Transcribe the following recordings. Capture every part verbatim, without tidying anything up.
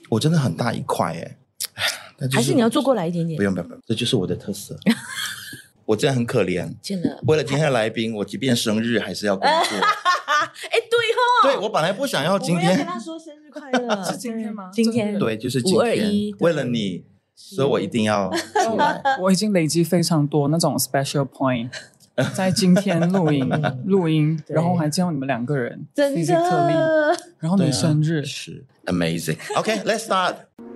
我真的很大一块哎、欸， 还是你要坐过来一点点？ 不用不用不用，这就是我的特色。我真的很可怜， 真的。 为了今天的来宾，我即便生日还是要工作。 哎，对哦， 对我本来不想要今天， 我们要跟他说生日快乐。 是今天吗？ 今天对，就是今天。 五二一， 为了你，所以我一定要出来。 我已经累积非常多那种 special point， 在今天录音录音，然后还见到你们两个人， 真的。 然后你生日、 啊、是 amazing。OK，let's、okay, start。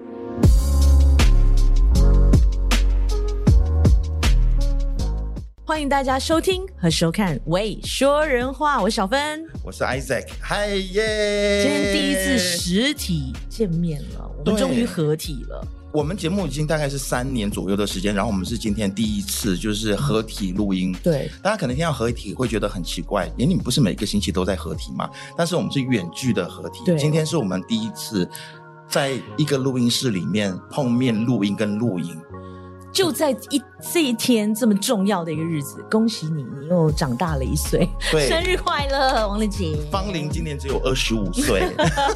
欢迎大家收听和收看《喂说人话》，我是小芬， 我是 Isaac， 嗨耶！ 今天第一次实体见面了，我们终于合体了。 我们节目已经大概是三年左右的时间，然后我们是今天第一次就是合体录音。 对， 大家可能听到合体会觉得很奇怪，因为你们不是每个星期都在合体嘛？但是我们是远距的合体，今天是我们第一次在一个录音室里面碰面录音跟录音。 就在一这一天这么重要的一个日子，恭喜你，你又长大了一岁， 对， 生日快乐，王丽姐。 芳龄今年只有二十五岁，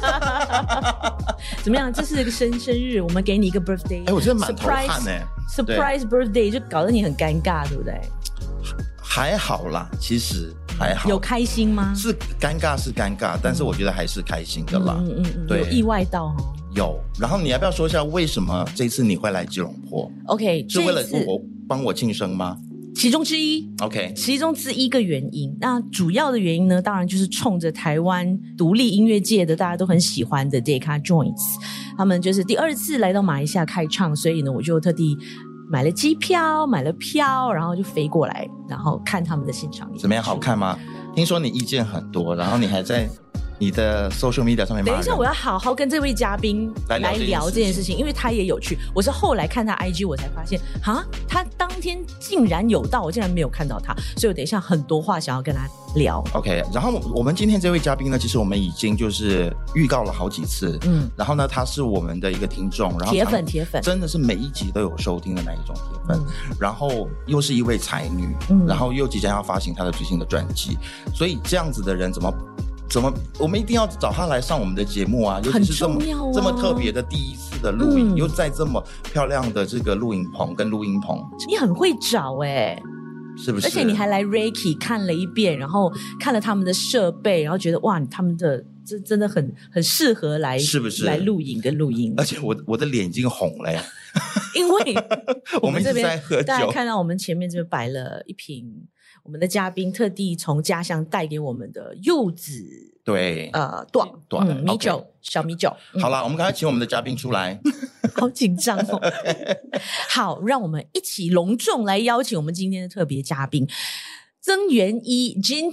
怎么样？这是一个生生日，我们给你一个 birthday， 哎，我真的满头汗哎 ，surprise birthday 就搞得你很尴尬，对不对？ 还好啦，其实还好。 有开心吗？ 是尴尬是尴尬，但是我觉得还是开心的啦。 嗯嗯嗯， 对， 有意外到哦。 有，然后你要不要说一下为什么这次你会来吉隆坡 ？OK， 是为了我帮我庆生吗？ 其中之一 ，OK， 其中之一个原因。那主要的原因呢，当然就是冲着台湾独立音乐界的大家都很喜欢的 Decca Joins， 他们就是第二次来到马来西亚开唱，所以呢，我就特地买了机票，买了票，然后就飞过来，然后看他们的现场演出。 怎么样？好看吗？听说你意见很多，然后你还在你的 social media 上面骂人。 等一下，我要好好跟这位嘉宾来聊这件事情，因为他也有趣。我是后来看他 I G， 我才发现，哈，他当天竟然有到，我竟然没有看到他，所以我等一下很多话想要跟他聊。 OK， 然后我们今天这位嘉宾呢，其实我们已经就是预告了好几次，嗯，然后呢，他是我们的一个听众，然后铁粉铁粉， 真的是每一集都有收听的那一种铁粉，嗯、然后又是一位才女， 嗯、 然后又即将要发行她的最新的专辑，所以这样子的人怎么？怎么我们一定要找他来上我们的节目啊，尤其是这么、 啊、 这么特别的第一次的录影、嗯、又在这么漂亮的这个录影棚跟录音棚， 你很会找耶、欸、 是不是？ 而且你还来 Reiki 看了一遍，然后看了他们的设备，然后觉得哇他们的这真的很很适合来， 是不是来录影跟录音？ 而且我我的脸已经红了耶因为我们这边在喝酒， 大家看到我们前面这边摆了一瓶我们的嘉宾特地从家乡带给我们的柚子， 对， 呃，短短、 嗯、米酒、okay. 小米酒。 嗯、好了，我们赶快请我们的嘉宾出来， 好紧张哦。好，让我们一起隆重来邀请我们今天的特别嘉宾曾元一 Gin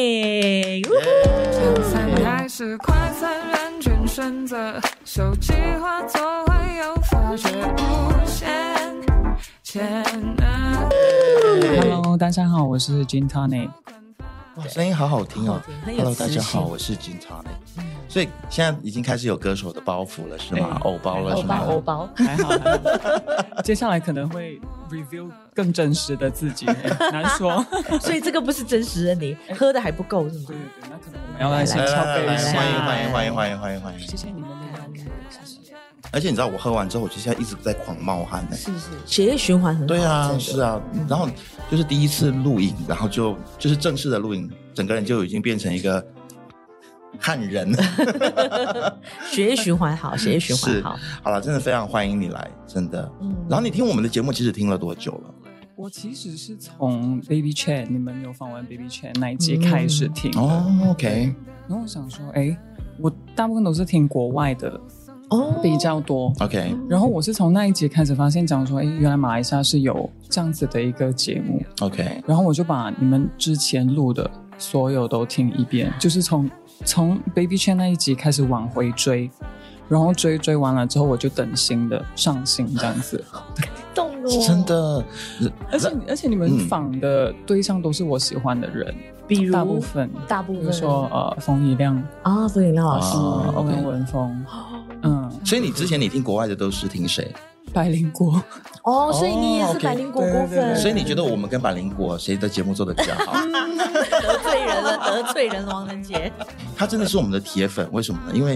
Tonic。 早餐还是快餐，人权选择，手机化作会有发觉无限潜能。 Hello， 大家好，我是 Gin Tonic。 哇，声音好好听哦 ！Hello， 大家好，我是 Gin Tonic。所以现在已经开始有歌手的包袱了，是吗？偶包了，是吗？ 偶包， 还好，还好。接下来可能会 review 更真实的自己，难说。 所以这个不是真实的你，喝的还不够，是吗？ 对对对，那可能我们要来先敲杯一下。 欢迎欢迎欢迎欢迎欢迎欢迎！ 谢谢你们的邀约，谢谢。 而且你知道我喝完之后，我就现在一直在狂冒汗呢， 是不是？血液循环很好。 对啊，是啊。然后就是第一次录影，然后就就是正式的录影，整个人就已经变成一个汉人。 血液循环好，血液循环好。 好了，真的非常欢迎你来，真的。嗯。然后你听我们的节目，其实听了多久了？ 我其实是从 Baby Chat 你们有访问 Baby Chat 那一集开始听的。 哦 ，OK。 然后我想说，哎，我大部分都是听国外的。哦，比较多 ，OK。 然后我是从那一集开始发现，讲说，哎，原来马来西亚是有这样子的一个节目 ，OK。 然后我就把你们之前录的所有都听一遍，就是从从 Baby Chat 那一集开始往回追，然后追追完了之后，我就等新的上新这样子。 动哦， 真的。 而且而且你们访的对象都是我喜欢的人。 比如大部分， 大部分， 比如说呃，冯怡亮啊，冯怡亮老师， 欧阳文峰，嗯， 所以你之前你听国外的都是听谁？ 百灵果哦，所以你也是百灵果果粉， 所以你觉得我们跟百灵果谁的节目做的比较好？ 得罪人了，得罪人了，王仁杰， 他真的是我们的铁粉，为什么呢？因为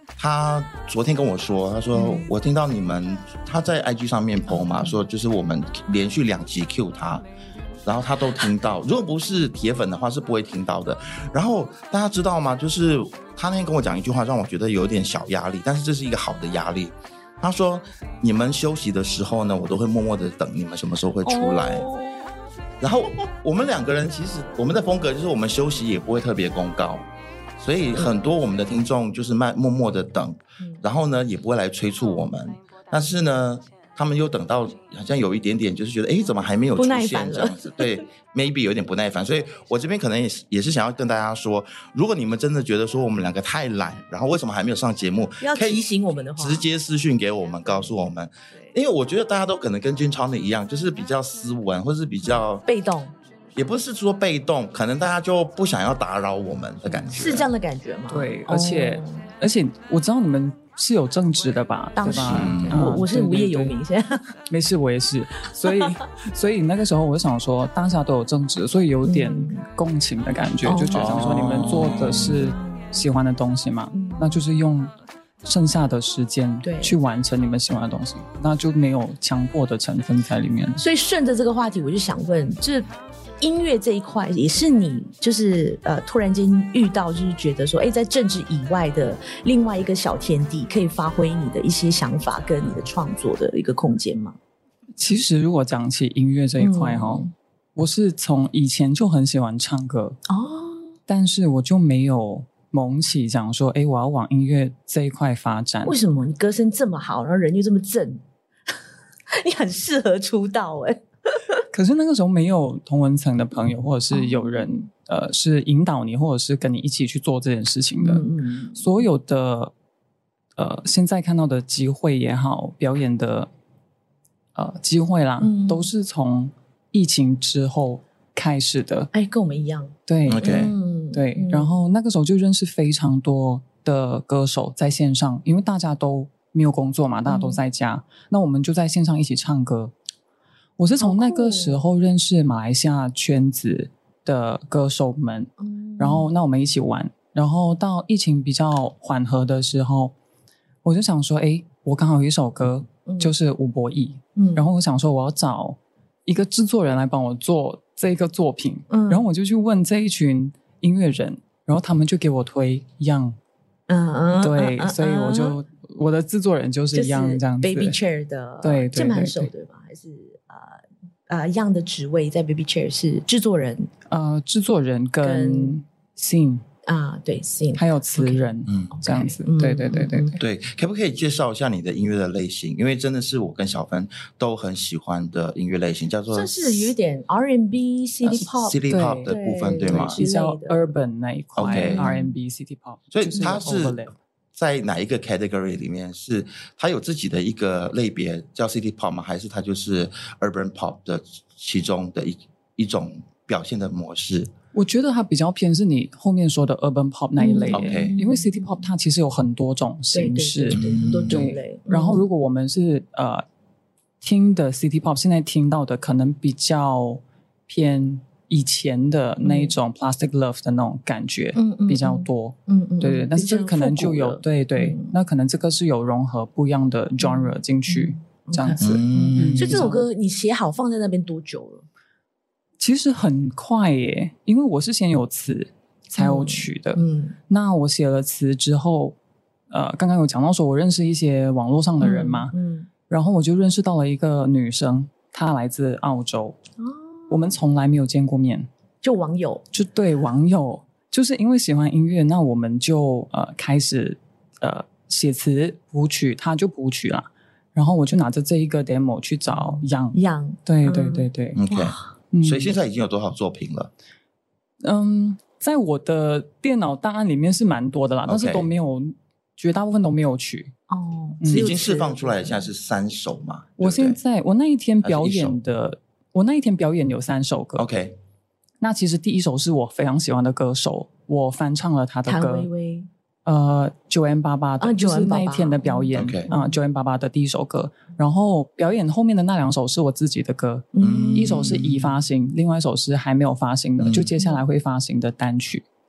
他昨天跟我说，他说、嗯、我听到你们他在 I G 上面 po 嘛，说就是我们连续两集 cue 他，然后他都听到，如果不是铁粉的话是不会听到的。然后大家知道吗？就是他那天跟我讲一句话，让我觉得有点小压力，但是这是一个好的压力。他说你们休息的时候呢，我都会默默的等你们什么时候会出来。哦，然后我们两个人其实我们的风格就是我们休息也不会特别公告，所以很多我们的听众就是慢默默的等，然后呢也不会来催促我们，但是呢他们又等到好像有一点点就是觉得哎怎么还没有出现这样子，对 maybe 有点不耐烦。所以我这边可能也是也是想要跟大家说，如果你们真的觉得说我们两个太懒，然后为什么还没有上节目， 要提醒我们的话直接私讯给我们告诉我们，因为我觉得大家都可能跟君超你一样，就是比较斯文或是比较被动， 也不是说被动，可能大家就不想要打扰我们的感觉， 是这样的感觉吗？ 对，而且、哦、而且我知道你们是有正职的吧？ 当时、 嗯嗯、我我是无业游民，现在没事，我也是，所以所以那个时候我就想说，大家都有正职，所以有点共情的感觉，嗯、就觉得说你们做的是喜欢的东西嘛，嗯、那就是用剩下的时间去完成你们喜欢的东西，那就没有强迫的成分在里面。 所以顺着这个话题，我就想问，就是音乐这一块也是你就是呃突然间遇到，就是觉得说哎，在政治以外的另外一个小天地，可以发挥你的一些想法跟你的创作的一个空间吗？ 其实如果讲起音乐这一块、嗯、我是从以前就很喜欢唱歌哦，但是我就没有萌起讲说哎，我要往音乐这一块发展。 为什么？你歌声这么好，然后人又这么正你很适合出道哎。 可是那个时候没有同文层的朋友，或者是有人、哦、呃是引导你，或者是跟你一起去做这件事情的。嗯、所有的呃现在看到的机会也好，表演的呃机会啦、嗯，都是从疫情之后开始的。 哎，跟我们一样。 对 ，OK，、 嗯、对、嗯。然后那个时候就认识非常多的歌手在线上，因为大家都没有工作嘛，大家都在家，嗯、那我们就在线上一起唱歌。我是从那个时候认识马来西亚圈子的歌手们、嗯、然后那我们一起玩，然后到疫情比较缓和的时候，我就想说诶，我刚好有一首歌、嗯、就是吴柏毅、嗯、然后我想说我要找一个制作人来帮我做这个作品、嗯、然后我就去问这一群音乐人，然后他们就给我推 Young， 嗯嗯，对、嗯、所以我就、嗯、我的制作人就是 Young 这样子， Baby Chair 的对键盘手对吧？还是呃呃 Young 的职位在 Baby Chair 是制作人， 呃制作人跟 Sing 啊，对 Sing 还有词人，嗯、okay ，这样子， okay 对对对对对, 对，可不可以介绍一下你的音乐的类型？因为真的是我跟小芬都很喜欢的音乐类型，叫做这是有点 R and B、City Pop、City Pop 的部分， 对, 对吗？ 比较 Urban 那一块 ，OK R and B、City Pop， 所以它是在哪一个 category 里面？是它有自己的一个类别叫 City Pop 吗？还是它就是 Urban Pop 的其中的一一种表现的模式？ 我觉得它比较偏是你后面说的 Urban Pop 那一类、嗯 okay、 因为 City Pop 它其实有很多种形式， 对对对对很多种类。 然后如果我们是呃听的 City Pop， 现在听到的可能比较偏以前的那一种 Plastic Love 的那种感觉比较多，嗯嗯，对对，但是这个可能就有对对、嗯，那可能这个是有融合不一样的 genre 进去、嗯、这样子、 嗯嗯。所以这首歌你写好放在那边多久了？ 其实很快耶，因为我是先有词才有曲的，嗯，嗯那我写了词之后，呃，刚刚有讲到说我认识一些网络上的人嘛，嗯，嗯然后我就认识到了一个女生，她来自澳洲。哦我们从来没有见过面， 就网友， 就对网友，就是因为喜欢音乐，那我们就呃开始呃写词谱曲，他就谱曲啦，然后我就拿着这一个 demo 去找 Young Young， 对对对对 ，OK，、嗯、所以现在已经有多少作品了？ 嗯，在我的电脑档案里面是蛮多的啦， okay. 但是都没有，绝大部分都没有曲哦、 嗯，已经释放出来的现在是三首嘛？ 我现在我那一天表演的。我那一天表演有三首歌 ，OK。 那其实第一首是我非常喜欢的歌手，我翻唱了他的歌， 谭维维， 呃 九 N 八八 的、啊，就是那一天的表演 ，OK， 啊 九 N 八八 的第一首歌。然后表演后面的那两首是我自己的歌，嗯，一首是已发行，另外一首是还没有发行的，嗯、就接下来会发行的单曲。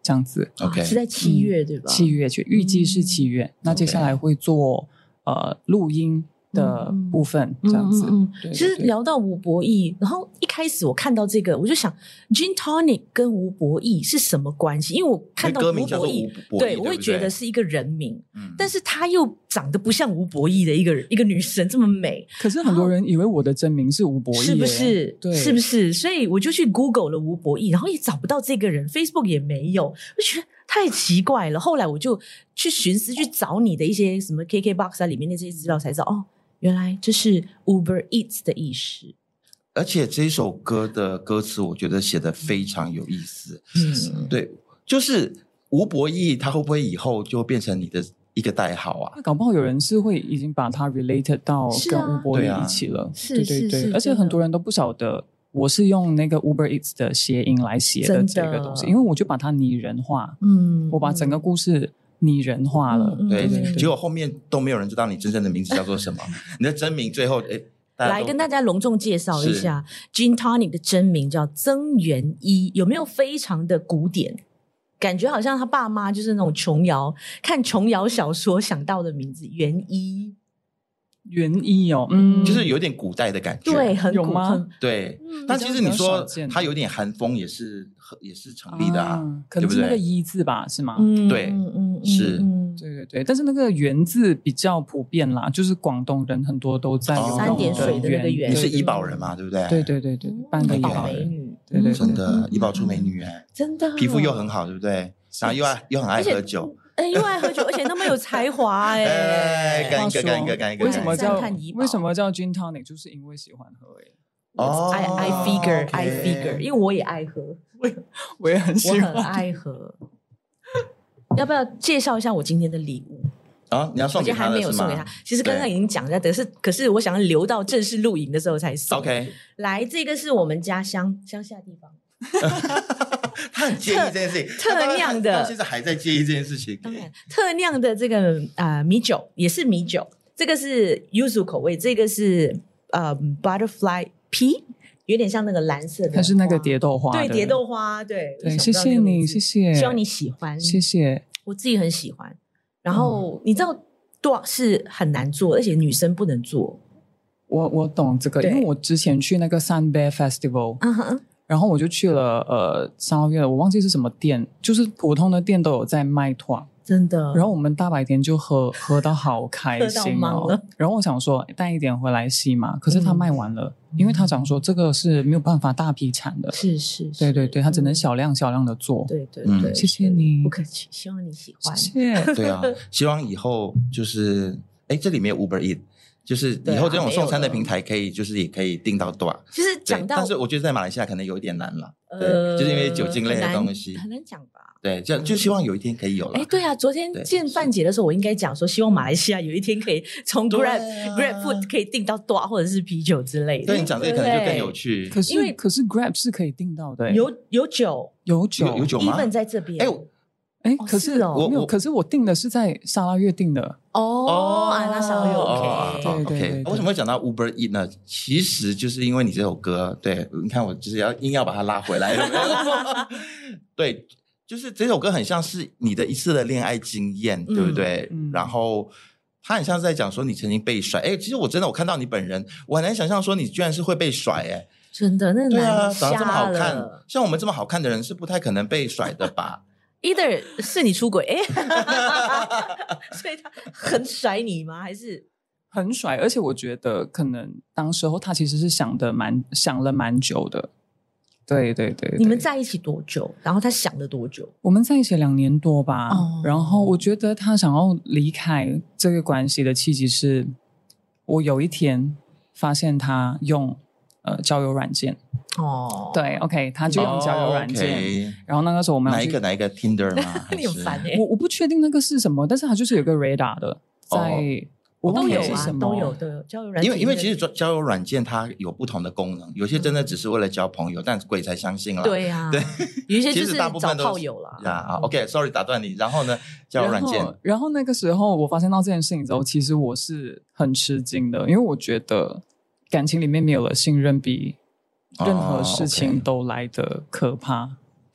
这样子。 OK，、 啊、是在七月、嗯、对吧？ 七月去，预计是七月、嗯。那接下来会做、okay. 呃录音的部分，嗯、这样子。 嗯嗯对对对， 其实聊到吴博义，然后一开始我看到这个，我就想 Gin Tonic 跟吴博义是什么关系？因为我看到吴博义，对，我会觉得是一个人名，嗯、但是他又长得不像吴博义的一个一个女生这么美。 可是很多人以为我的真名是吴博义， 是不是？ 对， 是不是？所以我就去 Google 了吴博义，然后也找不到这个人 ，Facebook 也没有，我觉得太奇怪了。后来我就去寻思去找你的一些什么 K K B O X 啊里面的这些资料，才知道哦。原来这是 Uber Eats 的意思， 而且这首歌的歌词我觉得写得非常有意思。嗯，对，就是吴博义他会不会以后就变成你的一个代号啊？ 搞不好有人是会已经把它 related 到跟吴博义一起了。 是、啊、 对对对，而且很多人都不晓得我是用那个 Uber Eats 的谐音来写的这个东西，因为我就把它拟人化。嗯，我把整个故事拟人化了， 嗯、对, 对, 对，结果后面都没有人知道你真正的名字叫做什么，你的真名最后诶， 来跟大家隆重介绍一下 Gin Tonic 的真名叫曾元一，有没有非常的古典？感觉好像他爸妈就是那种琼瑶，看琼瑶小说想到的名字，元一。 元一哦，嗯， 就是有点古代的感觉， 对，很古有吗？ 对、嗯，但其实你说它有点韩风，也是也是成立的啊， 啊可能是那个一字吧，是吗？ 嗯， 对， 嗯， 是， 嗯， 对对对。但是那个元字比较普遍啦，就是广东人很多都在用三点水的那个元， 你是怡保人嘛，对不对？ 对对对对，半个怡保美女， 对对， 真的怡保出美女哎， 真的， 皮肤又很好，对不对？然后又爱又很爱喝酒。 哎，又爱喝酒，而且那么有才华哎！ 哎，干一个，干一个，干一个。 为什么叫为什么叫 Gin Tonic？ 就是因为喜欢喝哎。 哦 ，I I figure I figure， 因为我也爱喝， 我也很喜欢， 我很爱喝。要不要介绍一下我今天的礼物？ 啊，你要送给他的是吗？ 还没有送给他。其实刚刚已经讲了，可是可是我想要留到正式录影的时候才送。 OK， 来，这个是我们家乡乡下地方。 他很介意这件事情， 特酿的， 到现在还在介意这件事情。 当然，特酿的这个呃米酒也是米酒，这个是 yuzu 口味，这个是呃 butterfly pea， 有点像那个蓝色的， 它是那个蝶豆花， 对，蝶豆花，对对，谢谢你，谢谢， 希望你喜欢， 谢谢， 我自己很喜欢。然后、嗯、你知道多是很难做，而且女生不能做。 我我懂这个，因为我之前去那个 Sun Bear Festival。嗯哼。然后我就去了呃三个月了，我忘记是什么店，就是普通的店都有在卖团， 真的。 然后我们大白天就喝喝到好开心哦。然后我想说带一点回来吸嘛，可是他卖完了，嗯、因为他讲说这个是没有办法大批产的， 是是是， 对对对，他只能小量小量的做。 对对对， 嗯、谢谢你， 不客气，希望你喜欢。 谢谢。 对啊，希望以后就是哎，这里面有 Uber Eats。就是以后这种送餐的平台可以，就是也可以订到多少。 其实讲到， 但是我觉得在马来西亚可能有一点难了，呃，对，就是因为酒精类的东西很难讲吧。 对，就就希望有一天可以有了。 哎，对啊，昨天见范姐的时候，我应该讲说，希望马来西亚有一天可以从 Grab、啊、Grab Food 可以订到多或者是啤酒之类的。 对，你讲这个可能就更有趣。 可是因为可是 Grab 是可以订到的， 有有酒， 有酒， 有, 有酒吗 ？Even 在这边。 哎。 哎，可是哦， 我没有，可是我订的是在沙拉越订的哦，啊，那沙拉越 OK， 对对对。 为什么会讲到 Uber Eats 呢？其实就是因为你这首歌，对，你看我就是要硬要把它拉回来，对，就是这首歌很像是你的一次的恋爱经验，对不对？嗯、然后它很像是在讲说你曾经被甩，哎，其实我真的我看到你本人，我很难想象说你居然是会被甩，哎， 真的，那对啊，长得这么好看，像我们这么好看的人是不太可能被甩的吧？ either 是你出轨，哎，所以他很甩你吗？还是很甩？而且我觉得可能当时候他其实是想的蛮想了蛮久的。对对 对, 对， 你们在一起多久？然后他想了多久？ 我们在一起两年多吧。 哦、 然后我觉得他想要离开这个关系的契机是，我有一天发现他用。呃，交友软件哦， 对 ，OK， 他就用交友软件， 哦 okay、 然后那个时候我们哪一个哪一个 Tinder 吗？ 你很烦哎、 欸，我我不确定那个是什么，但是它就是有个 radar 的，在、 哦、 我都有啊， 是什么都有都有交友软件， 因为因为其实交友软件它有不同的功能，有些真的只是为了交朋友，但鬼才相信啦。 对呀、啊，对，有一些就是找炮友啦。 呀啊 ，OK，Sorry， 打断你。然后呢，交友软件然，然后那个时候我发现到这件事情之后，其实我是很吃惊的，因为我觉得感情里面没有了信任比任何事情都来得可怕， oh, okay.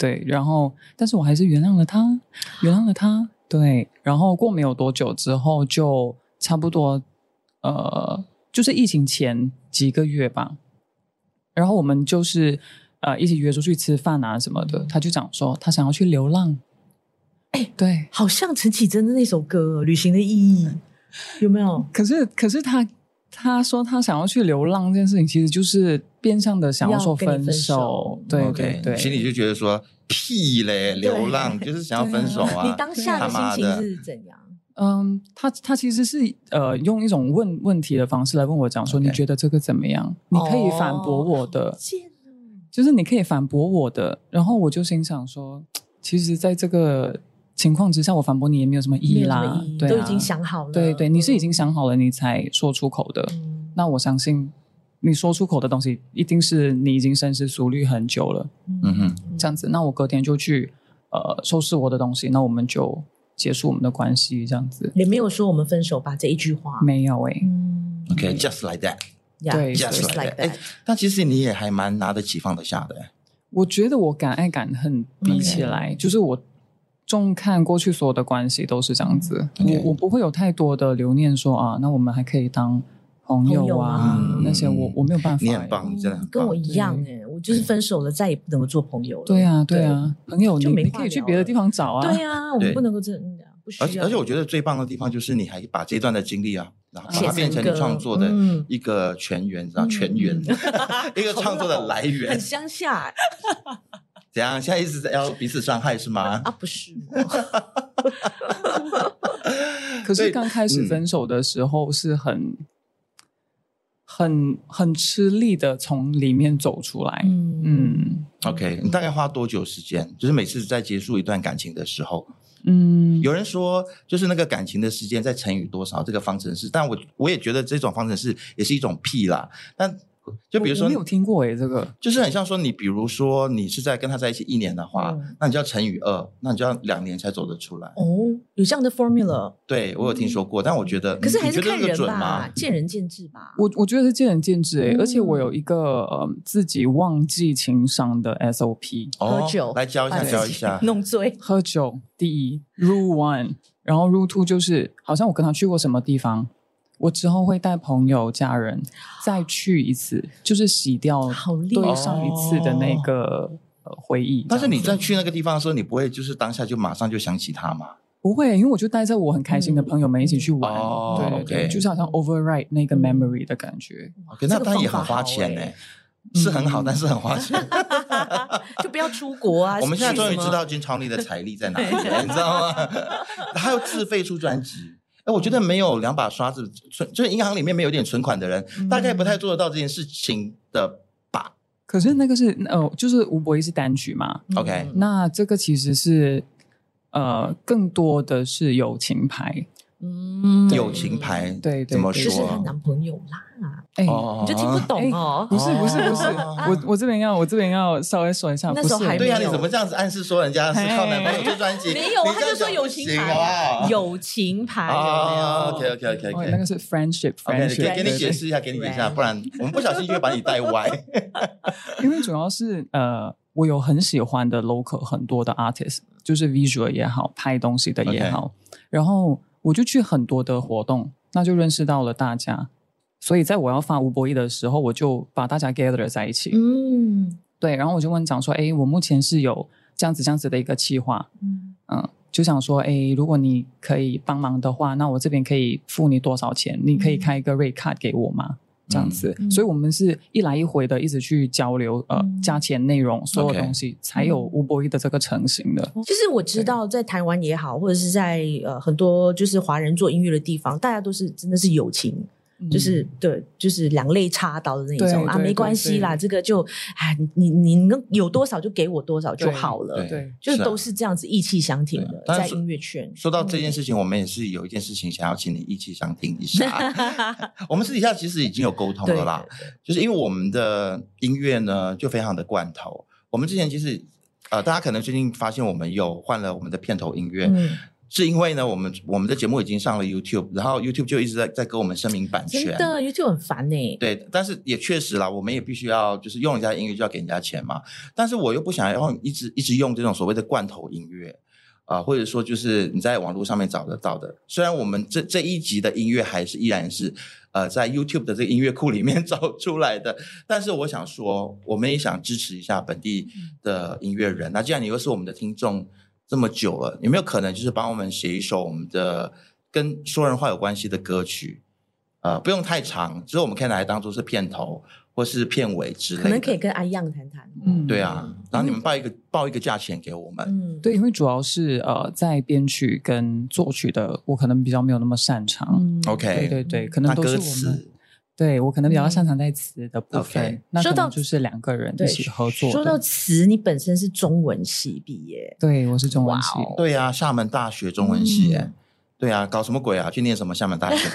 对，然后但是我还是原谅了他，原谅了他。对，然后过没有多久之后，就差不多呃，就是疫情前几个月吧。然后我们就是呃一起约出去吃饭啊什么的，他就讲说他想要去流浪。 哎， 对， 好像陈绮贞的那首歌《旅行的意义》，有没有？ 可是可是他他说他想要去流浪这件事情，其实就是变相的想要说分手。 分手对 okay, 对对， 心里就觉得说屁嘞，流浪就是想要分手啊。 你当下的心情是怎样？ 嗯，他他其实是呃用一种问问题的方式来问我讲说， Okay. 你觉得这个怎么样？你可以反驳我的， 哦、 就是你可以反驳我的。然后我就心想说，其实在这个情况之下，我反驳你也没有什么意义啦， 意义对啊， 都已经想好了。 对对，你是已经想好了，你才说出口的。嗯、那我相信你说出口的东西，一定是你已经深思熟虑很久了。 嗯哼， 这样子，那我隔天就去呃收拾我的东西，那我们就结束我们的关系，这样子。 也没有说我们分手吧这一句话， 没有哎、欸。 嗯 OK，just、okay, like that。 对 ，just like that。哎，但其实你也还蛮拿得起放得下的。 我觉得我敢爱敢恨比起来， Okay. 就是我重看过去所有的关系都是这样子。 Okay. 我我不会有太多的留念说啊，那我们还可以当朋友啊， 友那些我我没有办法、欸。 你很棒，你真的很棒， 跟我一样哎、欸，我就是分手了，再也不能够做朋友了。 对啊，对啊，朋友你你就没话可以去别的地方找啊。 对啊，我们不能够这样，不需要。 而且而且我觉得最棒的地方就是你还把这段的经历啊，然后把它变成你创作的一个泉源，然后泉源一个创作的来源， 很乡下、欸。 怎样？现在一直在要彼此伤害是吗？ 啊，不是。 可是刚开始分手的时候是很、嗯、很很吃力的从里面走出来。嗯嗯 ，OK， 你大概花多久时间？就是每次在结束一段感情的时候， 嗯， 有人说就是那个感情的时间再乘以多少这个方程式，但我我也觉得这种方程式也是一种屁啦，但。就比如说， 我没有听过诶，这个就是很像说，你比如说你是在跟他在一起一年的话，嗯、那你就要乘以二，那你就要两年才走得出来。 哦，有这样的 formula？ 对，我有听说过，嗯、但我觉得， 可是还是看人吧， 见仁见智吧。 我我觉得是见仁见智诶，嗯、而且我有一个、呃、自己忘记情伤的 S O P， 喝酒、 哦、来教一下，教一下， 弄醉， 喝酒第一 ，Rule One， 然后 Rule Two 就是好像我跟他去过什么地方。我之后会带朋友、家人再去一次，就是洗掉对上一次的那个、呃、回忆。 但是你在去那个地方的时候，你不会就是当下就马上就想起他吗？ 不会，因为我就带着我很开心的朋友们一起去玩， 嗯哦、 对对对， okay. 就是好像 override 那个 memory 的感觉。 OK， 那当然也很花钱呢、欸。是很好，嗯、但是很花钱， 就不要出国啊！ 我们现在终于知道金昌利的财力在哪里了，你知道吗？他要自费出专辑。哎，我觉得没有两把刷子存，就是银行里面没有点存款的人，嗯、大概不太做得到这件事情的吧。 可是那个是呃，就是吴伯义是单曲嘛 ，OK， 那这个其实是呃，更多的是友情牌。 嗯， 友情牌， 对对， 怎么说？ 就是她男朋友啦。 哎、 欸，你就听不懂哦。 欸、不是不是不是， 啊、 我我这边要我这边要稍微说一下， 那时候还没有。 对呀、啊，你怎么这样子暗示说人家是靠男朋友做专辑？ 没有，他就说友情牌，友情牌。 哦 ，OK OK OK OK， 那个是 friendship friendship， 给你解释一下，给你解释一下，不然我们不小心就会把你带歪。 因为主要是呃，我有很喜欢的 local 很多的 artist， 就是 visual 也好，拍东西的也好， okay. 然后。我就去很多的活动，那就认识到了大家。所以在我要发吴伯义的时候，我就把大家 gather 在一起。嗯，对，然后我就问讲说，哎，我目前是有这样子这样子的一个企划，嗯嗯，就想说，哎，如果你可以帮忙的话，那我这边可以付你多少钱？你可以开一个 rate card 给我吗？这样子，嗯、所以我们是一来一回的一直去交流，呃， 嗯、 价钱、内容，所有东西， okay. 才有吴伯义的这个成型的。 就是我知道，在台湾也好，或者是在呃很多就是华人做音乐的地方，大家都是真的是友情。就是对，就是两肋插刀的那种啊，没关系啦，这个就哎，你你能有多少就给我多少就好了， 对，对就是都是这样子意气相挺的，在音乐圈。 说到这件事情，我们也是有一件事情想要请你意气相挺一下。我们私底下其实已经有沟通了啦，就是因为我们的音乐呢就非常的罐头。我们之前其实呃，大家可能最近发现我们有换了我们的片头音乐。嗯， 是因为呢，我们我们的节目已经上了 YouTube， 然后 YouTube 就一直在在给我们声明版权。 真的 YouTube 很烦欸。 对，但是也确实啦，我们也必须要就是用人家的音乐就要给人家钱嘛。但是我又不想要一直一直用这种所谓的罐头音乐啊、呃，或者说就是你在网络上面找得到的。虽然我们这这一集的音乐还是依然是呃在 YouTube 的这个音乐库里面找出来的，但是我想说，我们也想支持一下本地的音乐人。那既然你又是我们的听众这么久了，有没有可能就是帮我们写一首我们的跟说人话有关系的歌曲？呃，不用太长，只是我们可以拿来当做是片头或是片尾之类的。 可能可以跟阿样谈谈。 嗯， 对啊，然后你们报一个、嗯、报一个价钱给我们。 嗯， 对，因为主要是呃，在编曲跟作曲的，我可能比较没有那么擅长。 嗯、 OK， 对对对，可能都是我们。对，我可能比较擅长在词的部分，嗯、那可能就是两个人一起合作的。 说到词，你本身是中文系毕业？ 对，我是中文系。 Wow 对啊，厦门大学中文系耶。嗯、对啊，搞什么鬼啊？去念什么厦门大学？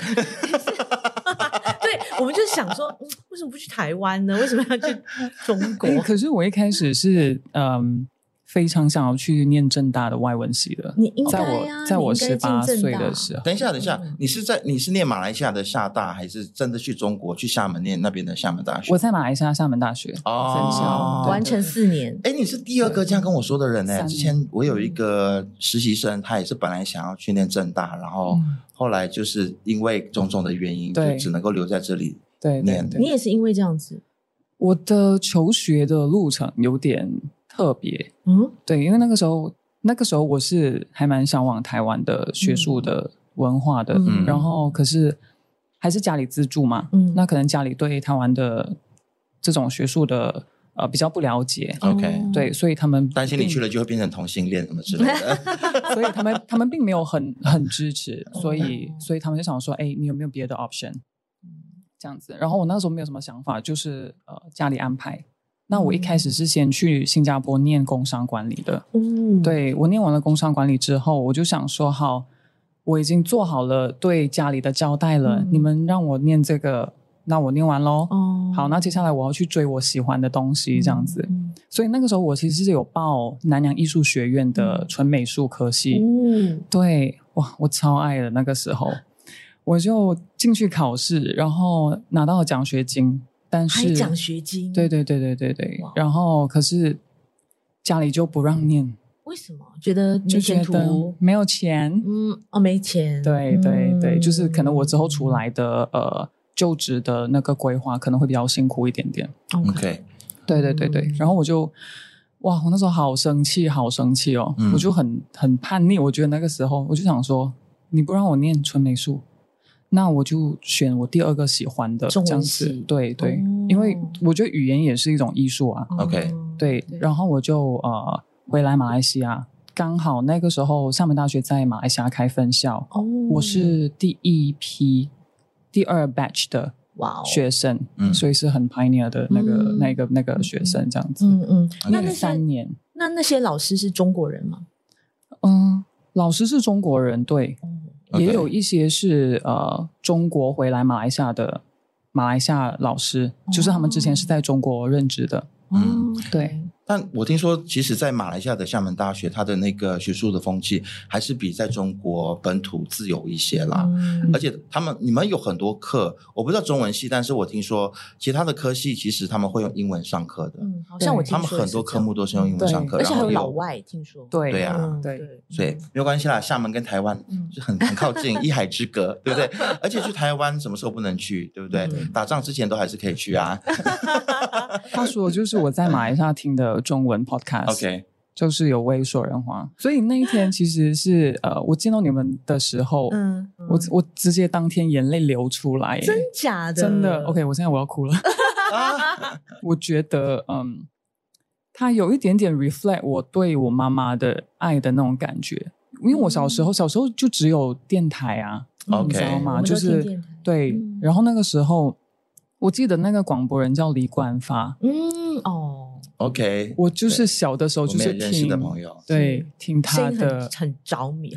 对，我们就想说、嗯，为什么不去台湾呢？为什么要去中国？ 可是我一开始是嗯。非常想要去念正大的外文系的， 你应该、啊、 在我在我十八岁的时候。 等一下，等一下，你是在你是念马来西亚的厦大，还是真的去中国去厦门念那边的厦门大学？ 我在马来西亚厦门大学哦， 完成四年。 哎，你是第二个这样跟我说的人呢。之前我有一个实习生，他也是本来想要去念正大，然后后来就是因为种种的原因，就只能够留在这里念。 对对对， 你也是因为这样子？ 我的求学的路程有点特别， 嗯， 对，因为那个时候，那个时候我是还蛮向往台湾的学术的文化的，嗯、然后可是还是家里资助嘛，嗯，那可能家里对台湾的这种学术的呃比较不了解 ，OK， 对，所以他们担心你去了就会变成同性恋什么之类的， 所以他们他们并没有很很支持，所以所以他们就想说，哎，你有没有别的 option？ 这样子，然后我那时候没有什么想法，就是呃家里安排。那我一开始是先去新加坡念工商管理的，嗯，对，我念完了工商管理之后，我就想说，好，我已经做好了对家里的交代了，嗯、你们让我念这个，那我念完咯。哦，好，那接下来我要去追我喜欢的东西，这样子。嗯、所以那个时候我其实是有报南洋艺术学院的纯美术科系，嗯，对，哇，我超爱的那个时候，我就进去考试，然后拿到了奖学金。但是还奖学金， 对对对对对对，然后可是家里就不让念， 为什么？觉得就觉得没有钱， 嗯，哦，没钱， 对对对，嗯、就是可能我之后出来的呃就职的那个规划可能会比较辛苦一点点。 OK， 对对对对，嗯、然后我就哇，我那时候好生气，好生气哦，嗯、我就很很叛逆，我觉得那个时候我就想说，你不让我念纯美术。那我就选我第二个喜欢的这样子，对对、哦，因为我觉得语言也是一种艺术啊。 OK， 对，然后我就呃回来马来西亚，刚好那个时候厦门大学在马来西亚开分校，哦，我是第一批第二 batch 的学生，哇、哦，所以是很 pioneer 的那个、嗯、那个那个学生这样子， 嗯嗯， 那那三年， 那那些老师是中国人吗？ 嗯，老师是中国人，对。嗯也有一些是呃中国回来马来西亚的马来西亚老师，哦、就是他们之前是在中国任职的。嗯，对。 但我听说，其实，在马来西亚的厦门大学，它的那个学术的风气还是比在中国本土自由一些啦。嗯、而且他们你们有很多课，我不知道中文系，但是我听说其他的科系其实他们会用英文上课的。 嗯，好像我听说他们很多科目都是用英文上课， 而且还有老外听说。 对对啊， 嗯、 对， 所以没有关系啦。厦门跟台湾就很很靠近，一海之隔，对不对？而且去台湾什么时候不能去，对不对？嗯、打仗之前都还是可以去啊。 他说，就是我在马来西亚听的中文 podcast， OK， 就是有为说人话，所以那一天其实是呃，我见到你们的时候，嗯，嗯我我直接当天眼泪流出来， 真假的？ 真的 ，OK， 我现在我要哭了。我觉得，嗯，他有一点点 reflect 我对我妈妈的爱的那种感觉，因为我小时候，嗯、小时候就只有电台啊 ，OK， 你知道吗？就是对，嗯、然后那个时候。我记得那个广播人叫李冠发， 嗯哦 ，OK， 我就是小的时候就是听认识的朋友， 对，听他的很很着迷，很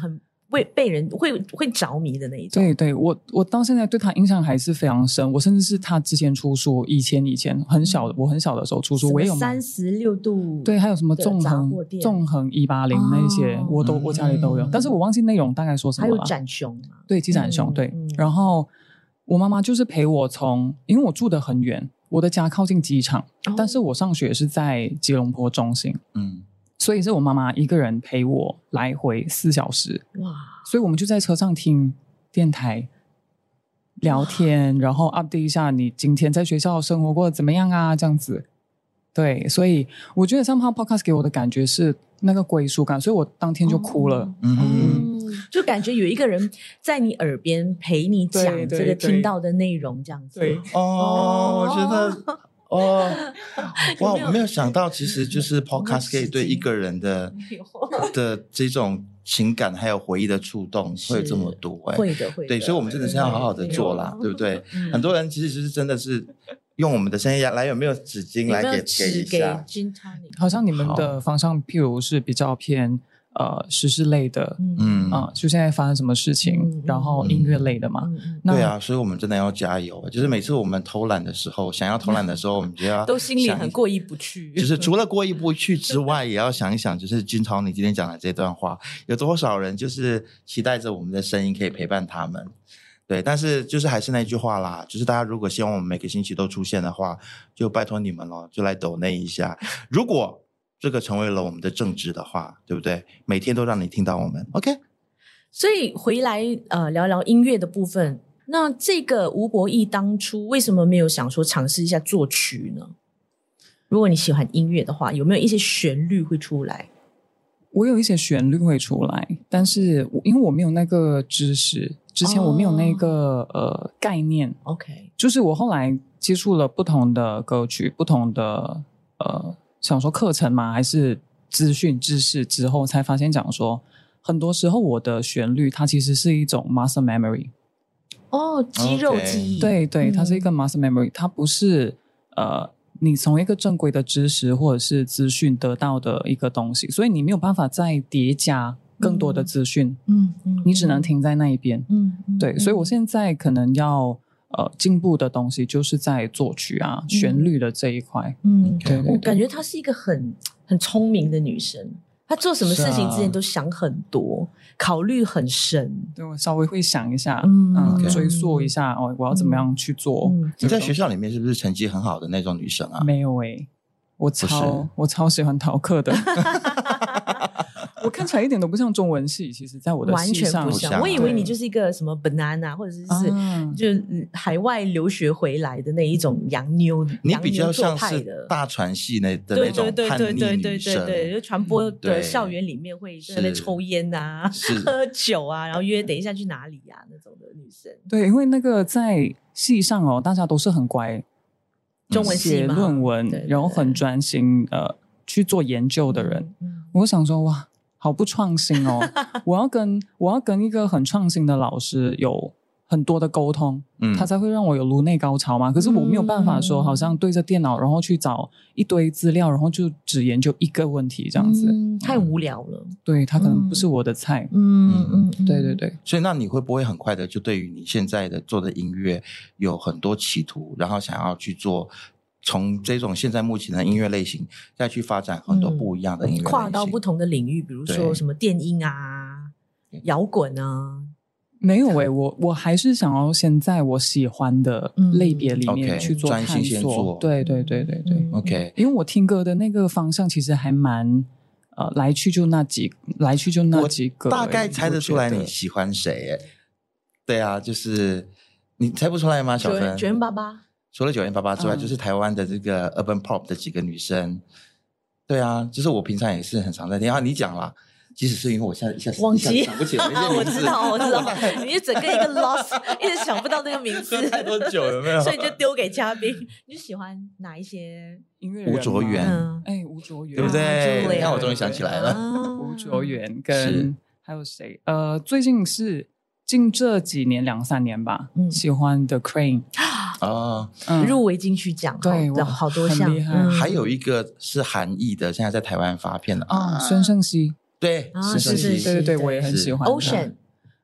会被人会会着迷的那一种。 对对，我我到现在对他印象还是非常深。我甚至是他之前出书，以前以前很小的，我很小的时候出书，我也有三十六度， 对，还有什么纵横纵横一八零那些，哦、我都我家里都有，嗯、但是我忘记内容大概说什么了。 还有展熊嘛？ 对，鸡展熊、嗯、对、嗯。然后我妈妈就是陪我从，因为我住得很远，我的家靠近机场，哦、但是我上学是在吉隆坡中心，嗯。所以是我妈妈一个人陪我来回四小时，哇！所以我们就在车上听电台聊天，然后 update 一下你今天在学校生活过得怎么样啊，这样子。对，所以我觉得 somehow podcast 给我的感觉是那个归属感，所以我当天就哭了。哦、嗯, 嗯，就感觉有一个人在你耳边陪你讲这个听到的内容，这样子。 对， 哦，我觉得。哦，哇！我没有想到，其实就是 podcast 可以对一个人的的这种情感还有回忆的触动会有这么多、欸， 会的，会的。 对，所以我们真的是要好好的做啦，对不对？嗯、很多人其实是真的是用我们的声音来，有没有纸巾来给给一下？ 好像你们的方向，譬如是比较偏。呃，时事类的，嗯啊、呃，就现在发生什么事情，嗯、然后音乐类的嘛、 嗯，对啊，所以我们真的要加油。就是每次我们偷懒的时候，想要偷懒的时候，我们就要都心里很过意不去。 就是除了过意不去之外，也要想一想，就是君超你今天讲的这段话，有多少人就是期待着我们的声音可以陪伴他们。对，但是就是还是那句话啦，就是大家如果希望我们每个星期都出现的话，就拜托你们咯，就来抖内一下。如果这个成为了我们的正职的话，对不对？每天都让你听到我们 ，OK？ 所以回来呃聊聊音乐的部分。那这个吴博义当初为什么没有想说尝试一下作曲呢？如果你喜欢音乐的话，有没有一些旋律会出来？ 我有一些旋律会出来，但是因为我没有那个知识，之前我没有那个、哦、呃概念 ，OK？ 就是我后来接触了不同的歌曲，不同的呃。想说课程吗？还是资讯知识之后才发现，讲说很多时候我的旋律它其实是一种 muscle memory。 哦，肌肉记忆。 Okay. 对对，它是一个 muscle memory，、嗯、它不是呃你从一个正规的知识或者是资讯得到的一个东西，所以你没有办法再叠加更多的资讯。嗯嗯，你只能停在那一边。嗯，嗯对，所以我现在可能要。呃，进步的东西就是在作曲啊、嗯、旋律的这一块。嗯，对对对， 我感觉她是一个很很聪明的女生，她做什么事情之前都想很多，啊、考虑很深。 对，我稍微会想一下，嗯，嗯 okay. 追溯一下哦，我要怎么样去做。 嗯、你在学校里面是不是成绩很好的那种女生啊？ 没有诶、欸，我超我超喜欢逃课的。我看起来一点都不像中文系，其实在我的系上完全不像。我以为你就是一个什么 banana 或者是、啊、就是海外留学回来的那一种洋妞， 你比较像是大传系那的那种叛逆女生，对对对对对对， 就传播的校园里面会在那边抽烟啊、喝酒啊，然后约等一下去哪里啊那种的女生。 对，因为那个在系上哦，大家都是很乖， 中文系嘛， 写论文，对对对，然后很专心呃去做研究的人。嗯、我想说哇。好不创新哦！我要跟我要跟一个很创新的老师有很多的沟通，嗯，他才会让我有颅内高潮嘛。可是我没有办法说，好像对着电脑，然后去找一堆资料，然后就只研究一个问题这样子， 嗯、太无聊了。 对，他可能不是我的菜。 嗯嗯，嗯对对对。 所以，那你会不会很快的就对于你现在的做的音乐有很多企图，然后想要去做？从这种现在目前的音乐类型再去发展很多不一样的音乐类型、嗯、 跨到不同的领域，比如说什么电音啊、摇滚啊。 没有诶、欸，我我还是想要先在我喜欢的类别里面去做探索。 专心先做。 对对对对对。 嗯、OK， 因为我听歌的那个方向其实还蛮呃来去就那几来去就那几个、欸。 大概猜得出来你喜欢谁诶、欸？对啊，就是你猜不出来吗？小芬九零八八。 除了九零八八之外、嗯、就是台湾的这个 urban pop 的几个女生。对啊，就是我平常也是很常在听啊。你讲啦，即使是因为我现在一下忘记想不起来那些名字，我知道我知道你就整个一个 lost 一直想不到那个名字， 太多久有没有？ 所以就丢给嘉宾。你喜欢哪一些音乐人？ 吴卓源， 哎、嗯，吴卓源， 对不对？你看我终于想起来了， 吴卓源跟还有谁？呃，最近是近这几年两三年吧，嗯、喜欢 The Crane。 哦， 嗯、入围金曲奖， 对， 好多项， 嗯、 还有一个是韩裔的，现在在台湾发片的啊，孙盛希， 对， 啊， 孙盛希， 对对对，我也很喜欢 Ocean，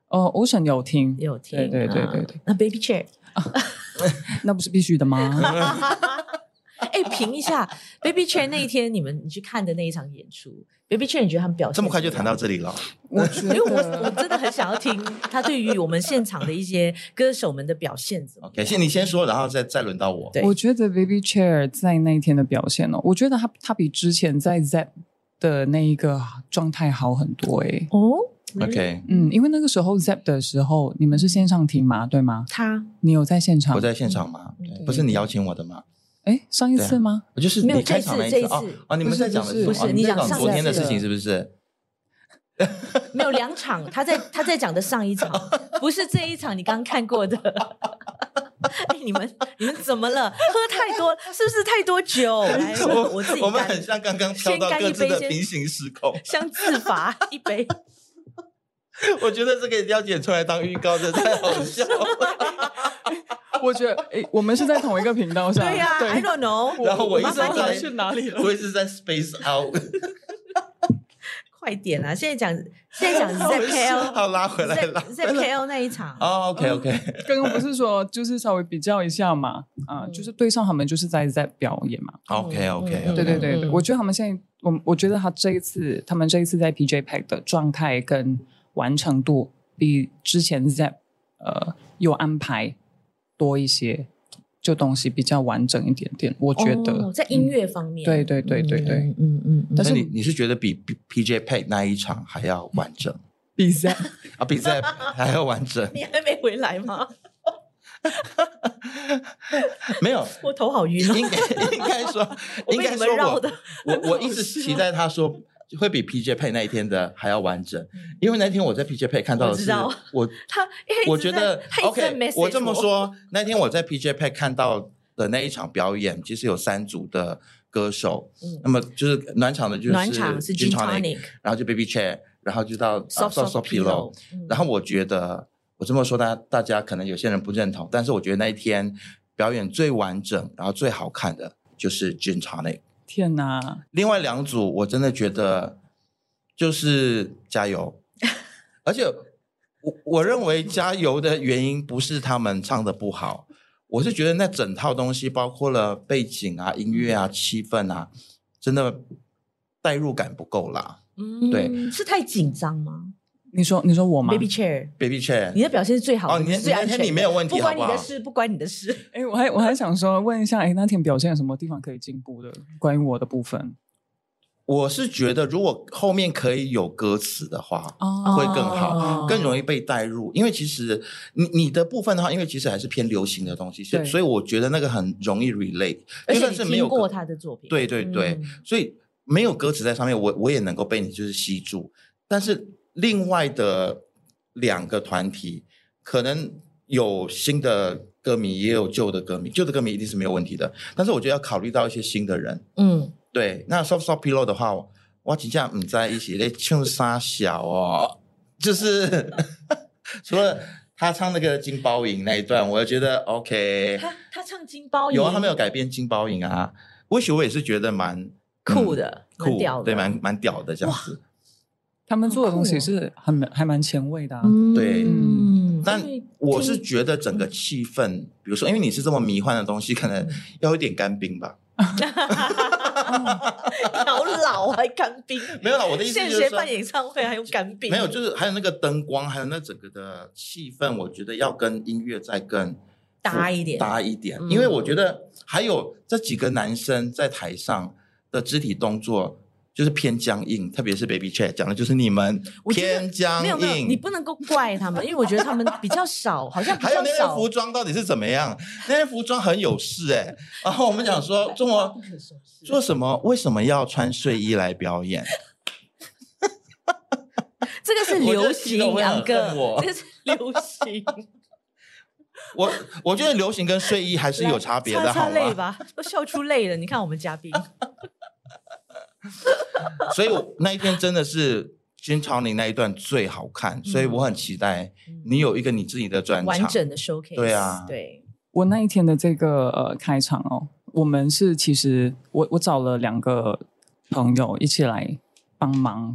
哦 ，Ocean 有听， 有听， 对对对对对。 啊、那 Baby Chair，、啊、 那不是必须的吗？ 哎，评一下 Baby Chair 那一天你们你去看的那一场演出 ，Baby Chair 你觉得他们表现这么快就谈到这里了？ 我觉得， 因为我我真的很想要听他对于我们现场的一些歌手们的表现怎么样。 OK， 先你先说，然后再再轮到我。 对， 我觉得 Baby Chair 在那一天的表现哦，我觉得他他比之前在 Zep 的那一个状态好很多诶、欸。 哦 OK， 嗯，因为那个时候 Zep 的时候，你们是线上听吗？对吗？ 他你有在现场？ 我在现场吗？ 嗯、 不是你邀请我的吗？ 哎，上一次吗？ 我就是你开场那一次哦哦，你们在讲的是不是？你讲昨天的事情是不是？ 没有两场，他在他在讲的上一场，不是这一场你刚看过的。哎，你们你们怎么了？喝太多，是不是太多酒？来，我我自己干。 我们很像刚刚跳到各自的平行时空， 像自罚一杯。 我觉得这个一定要剪出来当预告，这太好笑了。 我觉得，哎，我们是在同一个频道上。 对呀、啊、，I don't know。 然后我一直在去哪里了？ 我一直在 space out。 快点啊！现在讲，现在讲 Z K L， 好拉回来啦 ，Z K L 那一场。 哦 ，OK OK。 刚刚不是说就是稍微比较一下嘛？啊、呃，就是对上他们就是在在表演嘛。 OK OK。 对对对对，我觉得他们现在，我我觉得他这一次，他们这一次在 P J Pack 的状态跟完成度比之前 Zep 呃有安排多一些。就东西比较完整一点点，我觉得、 哦、在音乐方面， 嗯、对对对对对， 嗯嗯嗯。 但是你你是觉得比 P J Pack 那一场还要完整？ 比赛啊，比赛还要完整？ 你还没回来吗？ 没有， 我头好晕哦。 应该应该说，应该说我我我一直期待他说。会比 P J Pack 那一天的还要完整，因为那天我在 P J Pack 看到的是我， 我他我觉得 OK， 我这么说，那天我在 P J Pack 看到的那一场表演，其实有三组的歌手，嗯、那么就是暖场的就是暖场是 Gin Tonic， 然后就 Baby Chair， 然后就到 Soft Soft Soft Pillow， 然后我觉得我这么说，大家大家可能有些人不认同，但是我觉得那一天表演最完整，然后最好看的就是 Gin Tonic。 天哪！ 另外两组我真的觉得就是加油，而且我我认为加油的原因不是他们唱的不好，我是觉得那整套东西包括了背景啊、音乐啊、气氛啊，真的代入感不够啦。 嗯，对，是太紧张吗？ 你说你说我吗 ？Baby Chair， Baby Chair， 你的表现是最好的， 哦，你最安全的， 你没有问题， 不关你的事，不关你的事。 哎，我还我还想说问一下，哎，那天表现有什么地方可以进步的？关于我的部分， 我是觉得如果后面可以有歌词的话，哦、会更好，更容易被带入。因为其实你你的部分的话，因为其实还是偏流行的东西，所以我觉得那个很容易 relate。 而且你听过他的作品， 对对对，嗯、所以没有歌词在上面，我我也能够被你就是吸住。但是另外的两个团体可能有新的歌迷，也有旧的歌迷，旧的歌迷一定是没有问题的。但是我觉得要考虑到一些新的人，嗯，对。那 Soft Soft Pillow 的话，我真的不在一起在唱啥小哦，就是除了他唱那个金包银那一段，我觉得 OK。 他他唱金包银， 有啊，他没有改编金包银啊。或许我也是觉得蛮酷的， 嗯、酷蛮屌的， 对，蛮蛮屌的这样子。 他们做的东西是很、哦、还蛮前卫的、啊嗯、 对，嗯，但我是觉得整个气氛，比如说因为你是这么迷幻的东西，可能要有一点干冰吧。 好老还干冰， 没有啦，我的意思就是说现学办演唱会还用干冰， 没有，就是还有那个灯光，还有那整个的气氛，我觉得要跟音乐再更搭一点， 搭一点，嗯、因为我觉得还有这几个男生在台上的肢体动作。就是偏僵硬，特别是 Baby Chair 讲的就是你们偏僵硬， 没有没有，你不能够怪他们，因为我觉得他们比较少，好像比较少。 还有那件服装到底是怎么样？那件服装很有事哎、欸。然后我们讲说，中国做什么？为什么要穿睡衣来表演？ 这个是流行，杨哥， 这个是流行。 我我觉得流行跟睡衣还是有差别的，好吗？ 累吧，都笑出泪了。你看我们嘉宾。 所以我那一天真的是Gin Tonic那一段最好看，嗯、所以我很期待你有一个你自己的专场， 完整的 showcase。 对啊， 对。 我那一天的这个呃开场哦，我们是其实我我找了两个朋友一起来帮忙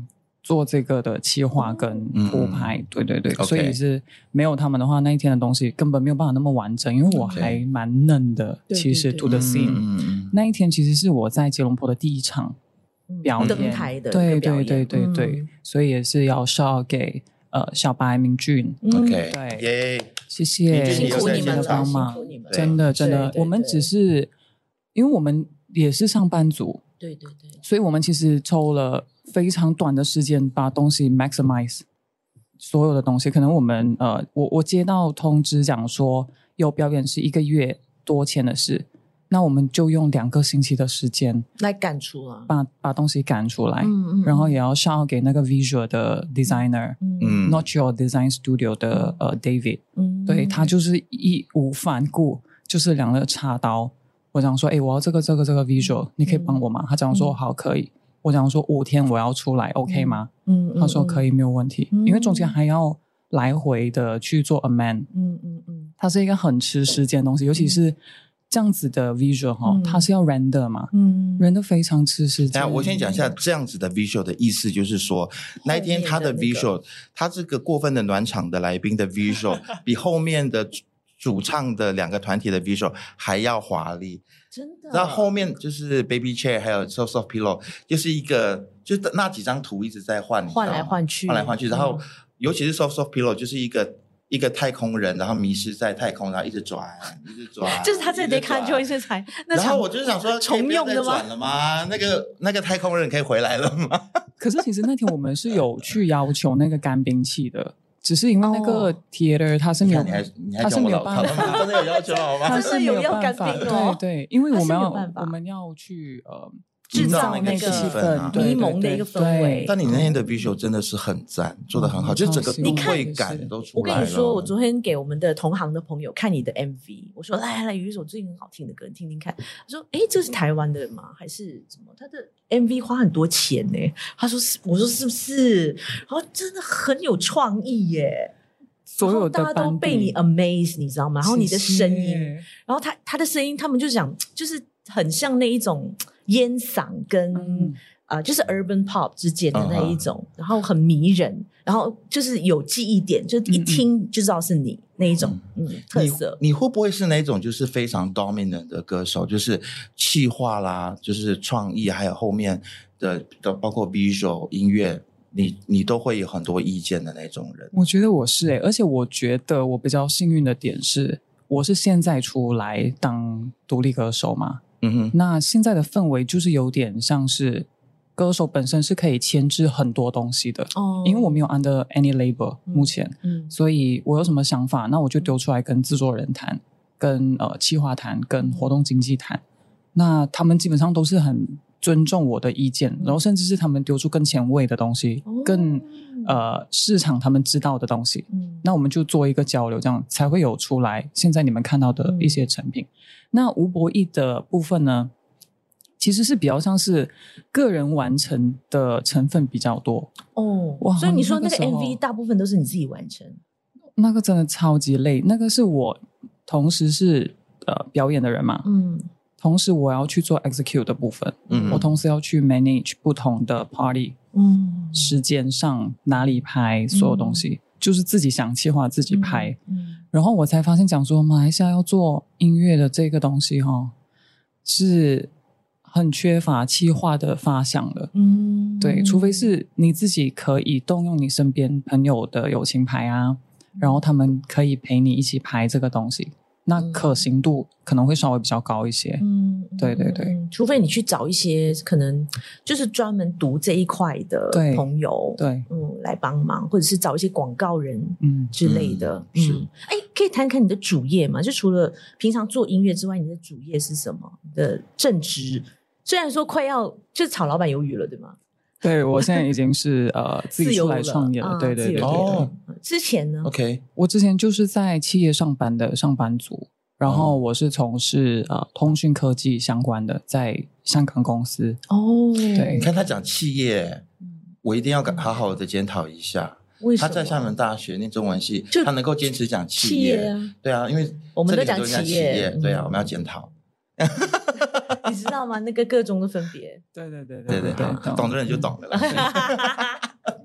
做这个的企划跟铺排，嗯、对对对， okay. 所以是没有他们的话，那一天的东西根本没有办法那么完整，因为我还蛮嫩的。Okay. 其实 to the scene， 嗯、 那一天其实是我在吉隆坡的第一场表演， 登台的对对对对对，嗯、所以也是要shout给呃小白明俊 ，OK， 对， 耶、yeah ， 谢谢， 辛苦你们的帮忙，真的真的， 对对对， 我们只是因为我们也是上班族， 对对对， 所以我们其实抽了非常短的时间把东西 maximize 所有的东西。可能我们呃，我我接到通知讲说有表演是一个月多前的事，那我们就用两个星期的时间来赶出啊， 把把东西赶出来， 嗯嗯， 然后也要 shout 给那个 visual 的 designer， 嗯 Not Your Design Studio 的、嗯、呃 David， 嗯， 对，他就是义无反顾，就是两个插刀。我讲说，哎，我要这个这个这个 visual， 你可以帮我吗？嗯、他讲说、嗯、好，可以。我讲说五天我要出来、嗯、，OK 吗？嗯，他说可以，没有问题。嗯、因为中间还要来回的去做 amend， 嗯嗯嗯， 它是一个很吃时间的东西，尤其是这样子的 visual 哈、嗯，它是要 render 嘛，嗯 ，render 非常吃时间。 我先讲一下这样子的 visual 的意思，就是说那一天他的 visual，、那個、他这个过分的暖场的来宾的 visual 比后面的主唱的两个团体的 visual 还要华丽。 真的， 然后后面就是 Baby Chair 还有 So Soft Pillow， 就是一个就那几张图一直在换， 换来换去， 换来换去。然后、嗯、尤其是 So Soft Pillow， 就是一个一个太空人，然后迷失在太空，然后一直转，一直转。 就是他在 Decca Joins 才， 然后我就想说， 重用的吗？ 转了吗？那个那个太空人可以回来了吗？ 可是其实那天我们是有去要求那个干冰器的。只是因为那个 theater 它是没有，它是没有办法， 真的有要求好吗？ 它是没有办法， 对对，因为我们要我们要去呃制造那个气氛， 迷蒙的一个氛围。 但你那天的 visual 真的是很赞，做得很好，就整个都会感都出来了。 我跟你说，我昨天给我们的同行的朋友看你的 M V， 我说来来来，有一首最近很好听的歌，你听听看。他说，哎，这是台湾的吗？还是什么？他的 M V 花很多钱呢。他说是，我说是不是？然后真的很有创意耶。 所有的大家都被你 amaze， 你知道吗？然后你的声音， 谢谢然后他他的声音，他们就讲，就是很像那一种烟嗓跟、嗯呃、就是 urban pop 之间的那一种，嗯、然后很迷人，然后就是有记忆点，就是一听就知道是你、嗯、那一种嗯特色你。你会不会是那种就是非常 dominant 的歌手，就是企划啦，就是创意，还有后面的包括 visual 音乐？你你都会有很多意见的那种人。 我觉得我是诶、欸，而且我觉得我比较幸运的点是，我是现在出来当独立歌手嘛。嗯哼。那现在的氛围就是有点像是歌手本身是可以牵制很多东西的。哦。因为我没有 under any label、嗯、目前，嗯，所以我有什么想法，那我就丢出来跟制作人谈，跟呃企划谈，跟活动经纪谈。那他们基本上都是很尊重我的意见，然后甚至是他们丢出更前卫的东西，哦、更呃市场他们知道的东西、嗯，那我们就做一个交流，这样才会有出来现在你们看到的一些成品。嗯、那吴博弈的部分呢，其实是比较像是个人完成的成分比较多哦。哇，所以你说那个 M V 大部分都是你自己完成？ 那个真的超级累，那个是我同时是呃表演的人嘛，嗯。同时我要去做 execute 的部分、嗯、我同时要去 manage 不同的 party、嗯、时间上哪里拍所有东西、嗯、就是自己想企划自己拍、嗯嗯、然后我才发现讲说马来西亚要做音乐的这个东西、哦、是很缺乏企划的发想的、嗯、对，除非是你自己可以动用你身边朋友的友情牌啊，然后他们可以陪你一起拍这个东西，那可行度可能会稍微比较高一些。嗯，对对对、嗯、 除非你去找一些可能就是专门读这一块的朋友， 对， 嗯，来帮忙，或者是找一些广告人嗯之类的。嗯，是。哎、嗯，可以谈谈你的主业吗？就除了平常做音乐之外，你的主业是什么？你的正职虽然说快要就是炒老板鱿鱼了，对吗？ 对，我现在已经是呃自己出来创业了，了对对对对。 哦，之前呢 ？OK， 我之前就是在企业上班的上班族，然后我是从事呃通讯科技相关的，在香港公司。哦，对， 你看他讲企业，我一定要好好的检讨一下。为什么？他在厦门大学念中文系，他能够坚持讲企业，企业啊对啊，因为我们都讲企业， 企业对啊，我们要检讨。 你知道吗？那个各中的分别， 对对对对对对，懂的人就懂了。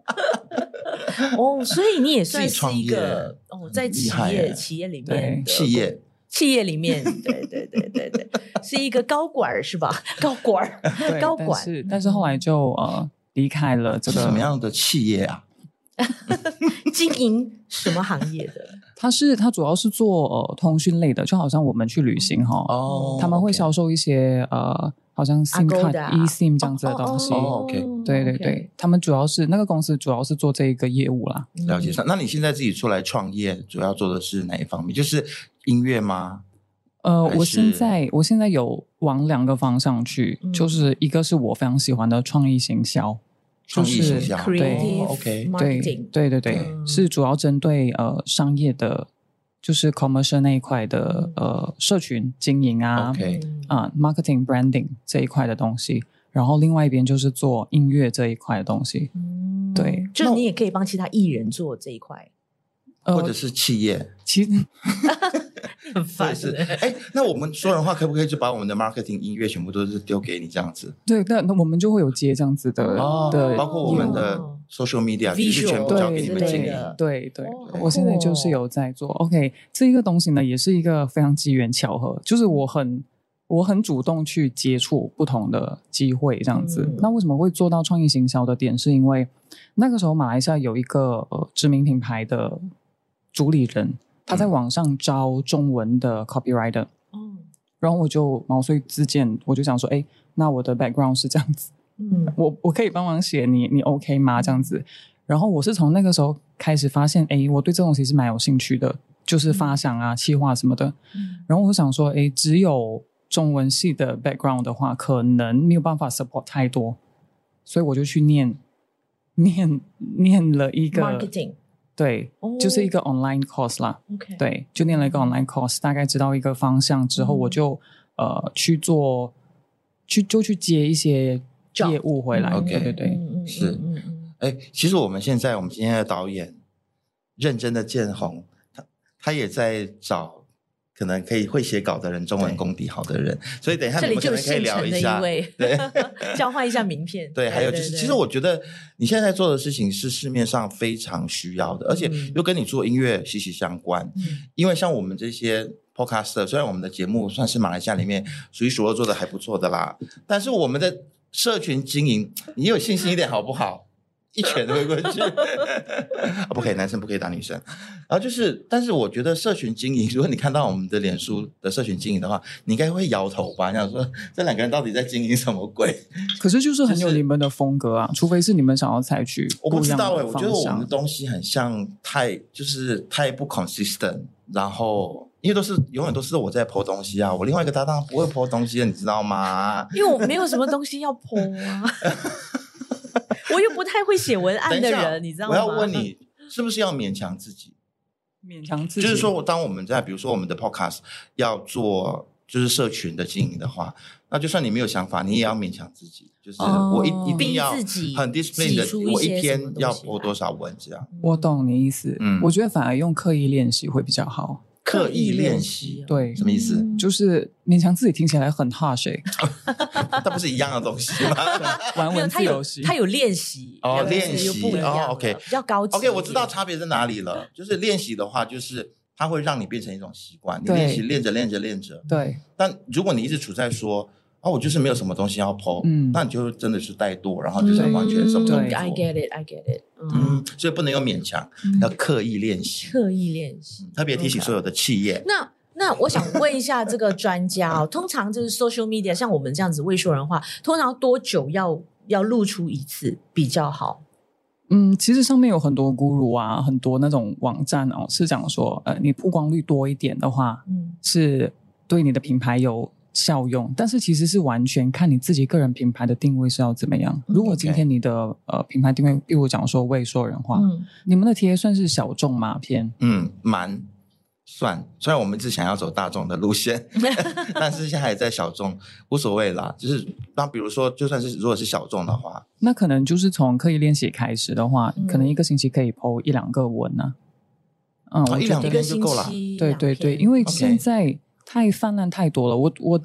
哦，所以你也算是一个哦，在企业企业里面的企业企业里面，对对对对对，是一个高管是吧？高管高管， 但是但是后来就呃离开了这个什么样的企业啊？ 经营什么行业的？ 他是他主要是做呃通讯类的，就好像我们去旅行哈， 哦， 他们会销售一些呃，好像 SIM 卡、eSIM 这样子的东西。 哦 ，OK， 对对对，他们主要是那个公司主要是做这一个业务啦。 了解上。那你现在自己出来创业，主要做的是哪一方面？就是音乐吗？ 呃，我现在我现在有往两个方向去， 嗯、 就是一个是我非常喜欢的创意行销。 创意行销， 对 ，OK， 对对对对，嗯、是主要针对呃商业的，就是 commercial 那一块的、嗯、呃社群经营啊 ，OK 啊 marketing branding 这一块的东西，然后另外一边就是做音乐这一块的东西，嗯、对， 就你也可以帮其他艺人做这一块。 或者是企业， 其实很烦。 是，哎，那我们说人话可不可以就把我们的 marketing 音乐全部都是丢给你这样子？ 对，那那我们就会有接这样子的， 哦、 的包括我们的 social media， 就是全部交给你们经营。 对对，哦、我现在就是有在做。OK， 这一个东西呢，也是一个非常机缘巧合，就是我很我很主动去接触不同的机会这样子。嗯、那为什么会做到创意行销的点，是因为那个时候马来西亚有一个呃知名品牌的主理人，他在网上招中文的 copywriter，嗯，然后我就毛遂自荐，我就想说，哎，那我的 background 是这样子，嗯，我我可以帮忙写，你你 OK 吗？这样子，然后我是从那个时候开始发现，哎，我对这东西是蛮有兴趣的，就是发想啊、企划什么的，嗯，然后我想说，哎，只有中文系的 background 的话，可能没有办法 support 太多，所以我就去念念念了一个 marketing。 对， oh, 就是一个 online course 啦。 Okay. 对，就念了一个 online course， 大概知道一个方向之后，嗯、我就呃去做，去就去接一些业务回来。 OK， 对对对， 嗯、 是。哎、嗯，其实我们现在我们今天的导演认真的建宏，他他也在找可能可以会写稿的人，中文功底好的人，所以等一下你们可能可以聊一下， 一对，交换一下名片。 对，还有就是，其实我觉得你现在做的事情是市面上非常需要的，而且又跟你做音乐息息相关。嗯，因为像我们这些 podcaster， 虽然我们的节目算是马来西亚里面数一数二做的还不错的啦，但是我们的社群经营，你有信心一点好不好？一拳挥过去、啊、不可以，男生不可以打女生。然后就是，但是我觉得社群经营，如果你看到我们的脸书的社群经营的话，你应该会摇头吧，想说这两个人到底在经营什么鬼？ 可是就是很有你们的风格啊，就是、除非是你们想要采取我不知道哎、欸，我觉得我们的东西很像太就是太不 consistent， 然后。因为都是永远都是我在 po 东西啊，我另外一个搭档不会 po 东西的，你知道吗？ 因为我没有什么东西要 po 啊，我又不太会写文案的人，你知道吗？ 我要问你，是不是要勉强自己？ 勉强自己， 就是说，当我们在比如说我们的 podcast 要做就是社群的经营的话，那就算你没有想法，你也要勉强自己，就是我一、哦、一定要很 discipline 的，我一天要 po 多少文这样。 我懂你意思，嗯，我觉得反而用刻意练习会比较好。 刻意练习， 对， 什么意思？ 就是勉强自己听起来很 harsh， 欸、 它不是一样的东西吗？ 玩文字游戏， 它有练习哦，练习不一样、 哦、，OK， 比较高级。 OK， 我知道差别在哪里了。就是练习的话，就是它会让你变成一种习惯，你练习练着练着练着， 对。 但如果你一直处在说。啊，我就是没有什么东西要 po， 嗯， 那你就真的是怠惰，然后就是完全什么都不做。 I get it, I get it 嗯。 嗯，所以不能用勉强，嗯、要刻意练习。 刻意练习， 特别提醒所有的企业。 那那我想问一下这个专家哦，通常就是 social media， 像我们这样子未说人话，通常多久要要露出一次比较好？ 嗯，其实上面有很多 guru 啊，很多那种网站哦，是讲说，呃，你曝光率多一点的话，嗯，是对你的品牌有。效用，但是其实是完全看你自己个人品牌的定位是要怎么样。如果今天你的、okay. 呃品牌定位，比如讲说未说人话，嗯，你们的贴算是小众吗？偏嗯，蛮算。虽然我们一直想要走大众的路线，但是现在还在小众，无所谓啦。就是当比如说，就算是如果是小众的话， 那可能就是从刻意练习开始的话，嗯、可能一个星期可以 po 一两个文啊。嗯， 哦、一两篇就够了。 对对对，因为现在。Okay.太泛滥太多了，我我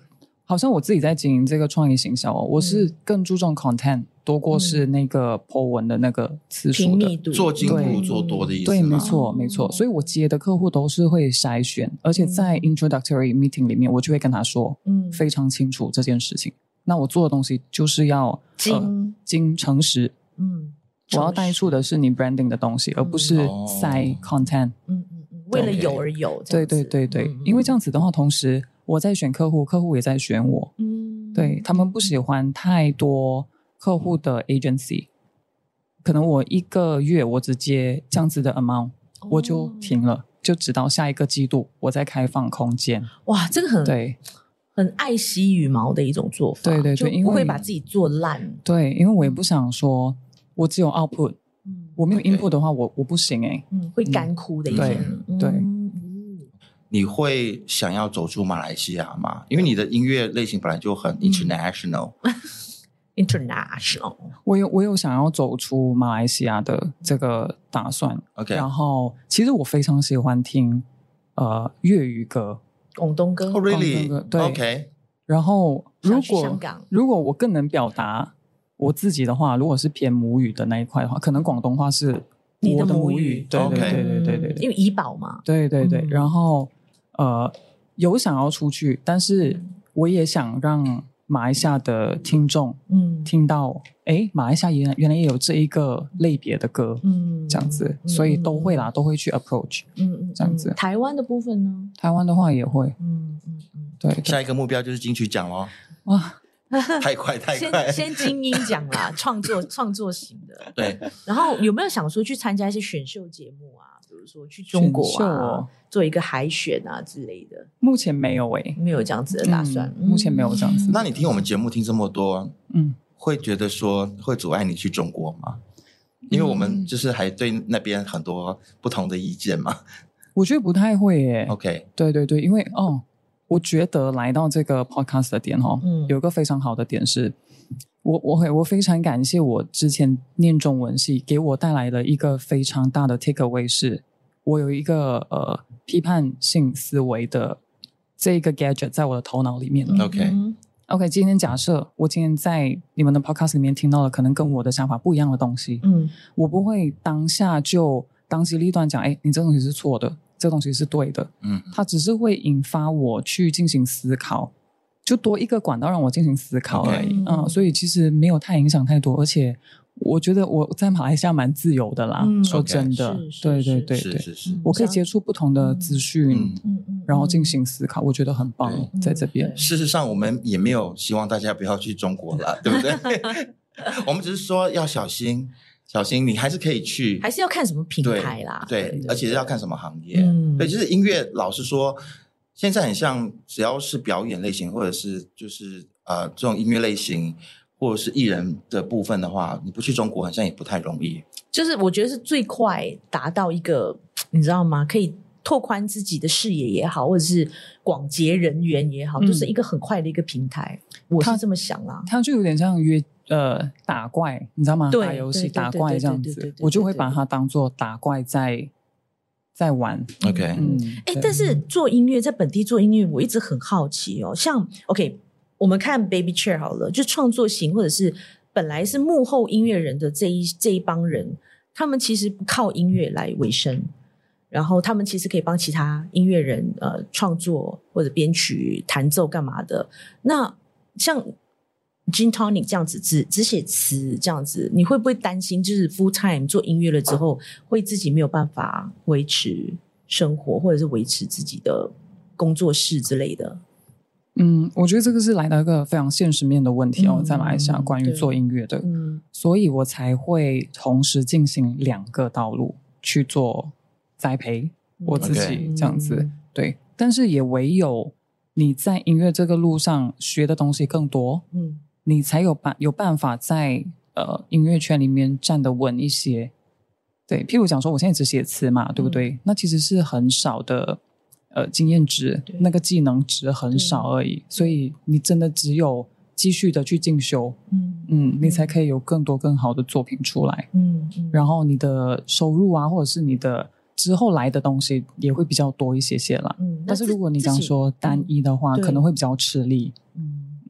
好像我自己在经营这个创意行销、哦，我是更注重 content 多过是那个 po 文的那个次数的， 做精不做多的意思吗？ 对，没错没错。所以我接的客户都是会筛选，而且在 introductory meeting 里面，我就会跟他说，嗯，非常清楚这件事情。那我做的东西就是要精、 呃、精诚实，嗯，我要带出的是你 branding 的东西，嗯、而不是塞 content， 嗯嗯嗯，为了有而有， 对对对对，嗯、因为这样子的话，同时我在选客户，客户也在选我，嗯，对，他们不喜欢太多客户的 agency， 可能我一个月我只接这样子的 amount，、哦、我就停了，就直到下一个季度我再开放空间。 哇，这个很对。 很爱惜羽毛的一种做法， 对对对， 就不会把自己做烂。 对，因为我也不想说我只有 output，、嗯、我没有 input 的话，我我不行哎、欸嗯，会干枯的一天。 对对、 嗯， 你会想要走出马来西亚吗？因为你的音乐类型本来就很 international、 嗯、international。 我有我有想要走出马来西亚的这个打算。 OK， 然后其实我非常喜欢听呃粤语歌。 广东歌 ，Oh really？ 对 ，OK。 然后如果如果我更能表达我自己的话，如果是偏母语的那一块的话，可能广东话是我的母语，对对对对对对， 因为怡保嘛， 对对对。然后呃，有想要出去，但是我也想让马来西亚的听众嗯听到，哎，马来西亚原来原来也有这一个类别的歌，嗯，这样子，所以都会啦，都会去 approach， 嗯嗯，这样子。 台湾的部分呢？ 台湾的话也会， 嗯嗯嗯， 对。下一个目标就是金曲奖咯。 哇， 太快太快！ 先先精英奖啦，创作创作型的。 对。 然后有没有想说去参加一些选秀节目啊？比如说去中国啊， 哦、 做一个海选啊之类的？ 目前没有诶、欸， 没有这样子的打算。 嗯、目前没有这样子。 那你听我们节目听这么多，嗯，会觉得说会阻碍你去中国吗？因为我们就是还对那边很多不同的意见嘛。 我觉得不太会耶、欸。 OK， 对对对，因为哦，我觉得来到这个 podcast 的点哦，嗯、有一个非常好的点是，我我会我非常感谢我之前念中文系给我带来的一个非常大的 take away 是，我有一个呃批判性思维的这一个 gadget 在我的头脑里面。 OK OK， 今天假设我今天在你们的 podcast 里面听到了可能跟我的想法不一样的东西，嗯，我不会当下就当机立断讲，哎，你这东西是错的，这东西是对的，嗯，它只是会引发我去进行思考，就多一个管道让我进行思考而已， okay. 嗯，所以其实没有太影响太多，而且我觉得我在马来西亚蛮自由的啦，嗯、说真的， okay. 对对对对， 是是是， 我可以接触不同的资讯，嗯嗯，然后进行思考，我觉得很棒，在这边。 事实上，我们也没有希望大家不要去中国了，对不对？我们只是说要小心。小心，你还是可以去， 还是要看什么品牌啦， 对， 对, 对, 对，而且要看什么行业。嗯，对，就是音乐，老实说，现在很像，只要是表演类型，或者是就是呃这种音乐类型，或者是艺人的部分的话，你不去中国，好像也不太容易。就是我觉得是最快达到一个，你知道吗？可以拓宽自己的视野也好，或者是广结人缘也好，嗯、就是一个很快的一个平台。我是这么想啦， 它就有点像约。呃，打怪你知道吗？打游戏打怪这样子，我就会把它当做打怪在在玩。 OK， 嗯，哎、欸，但是做音乐在本地做音乐，我一直很好奇哦。像 OK， 我们看 Baby Chair 好了，就创作型或者是本来是幕后音乐人的这一这一帮人，他们其实不靠音乐来为生，然后他们其实可以帮其他音乐人呃创作或者编曲、弹奏干嘛的。那像Gin Tonic 这样子只只写词这样子，你会不会担心就是 full time 做音乐了之后会自己没有办法维持生活，或者是维持自己的工作室之类的？ 嗯，我觉得这个是来到一个非常现实面的问题哦，嗯、在马来西亚关于做音乐的，嗯，所以我才会同时进行两个道路去做栽培我自己这样子，嗯、对，但是也唯有你在音乐这个路上学的东西更多，嗯。你才有办有办法在呃音乐圈里面站得稳一些，对，譬如讲说我现在只写词嘛，对不对？嗯、那其实是很少的呃经验值，那个技能值很少而已，所以你真的只有继续的去进修，嗯嗯，你才可以有更多更好的作品出来，嗯嗯，然后你的收入啊，或者是你的之后来的东西也会比较多一些些啦。嗯，但是如果你讲说单一的话，嗯、可能会比较吃力。嗯。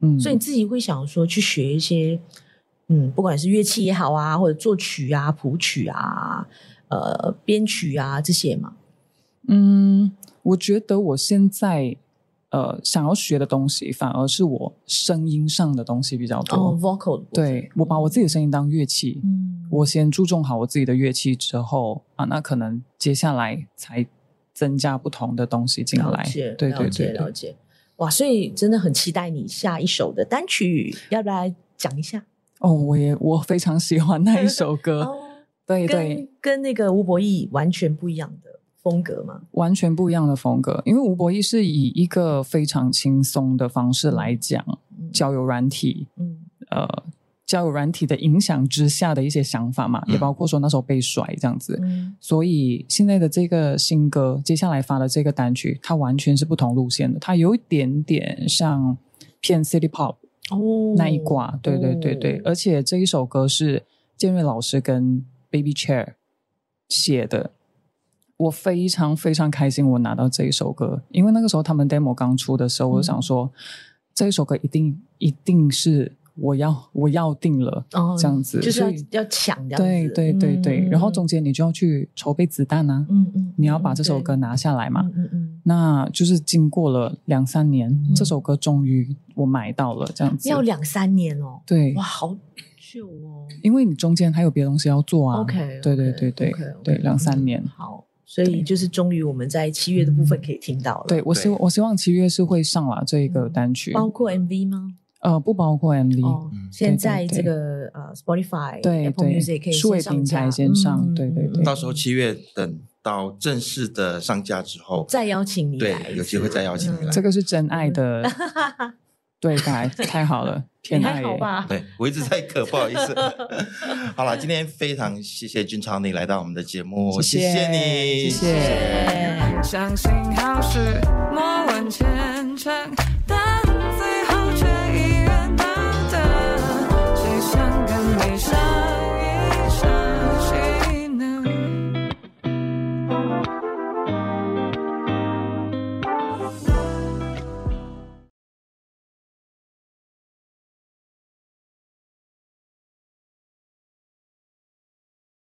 嗯， 所以你自己会想说去学一些，嗯，不管是乐器也好啊，或者作曲啊、谱曲啊、呃编曲啊这些嘛。 嗯，我觉得我现在呃想要学的东西，反而是我声音上的东西比较多。 哦 ，vocal 的部分。 对，我把我自己的声音当乐器， 嗯， 我先注重好我自己的乐器之后啊，那可能接下来才增加不同的东西进来。 了解， 对对了解， 对了解。哇，所以真的很期待你下一首的单曲，要不要来讲一下？ 哦，我也我非常喜欢那一首歌， 哦， 对跟对， 跟那个吴柏毅完全不一样的风格吗？ 完全不一样的风格。因为吴柏毅是以一个非常轻松的方式来讲、 嗯、 交友软体， 嗯， 呃，交友软体的影响之下的一些想法嘛， 嗯、 也包括说那时候被甩这样子。 嗯， 所以现在的这个新歌，接下来发的这个单曲，它完全是不同路线的，它有一点点像偏 City Pop。 哦， 那一挂，对对对对、哦，而且这一首歌是建瑞老师跟 Baby Chair 写的，我非常非常开心我拿到这一首歌，因为那个时候他们 demo 刚出的时候，我就想说、嗯、这一首歌一定一定是我要我要定了、哦、这样子， 就是要要抢这样子， 对对对对、嗯，然后中间你就要去筹备子弹啊， 嗯嗯， 你要把这首歌拿下来嘛， 嗯嗯嗯， 那就是经过了两三年、嗯，这首歌终于我买到了，这样子要两三年哦， 对， 哇，好久哦， 因为你中间还有别的东西要做啊 ，OK， 对对对对 okay, okay, 对，两三年、 嗯，好。所以就是终于我们在七月的部分可以听到了。 对，我希我希望七月是会上啦这一个单曲， 包括 M V 吗？ 呃，不包括 M V。 哦，现在这个呃 Spotify、 对 Apple Music 可以数位平台先上，对对对。 到时候七月等到正式的上架之后， 再邀请你来， 对，有机会再邀请你来。 这个是真爱的对待，太好了。偏爱好吧？ 对，我一直在咳，不好意思。好了，今天非常谢谢俊超你来到我们的节目， 谢谢你， 谢谢。 相信好事，莫问前程。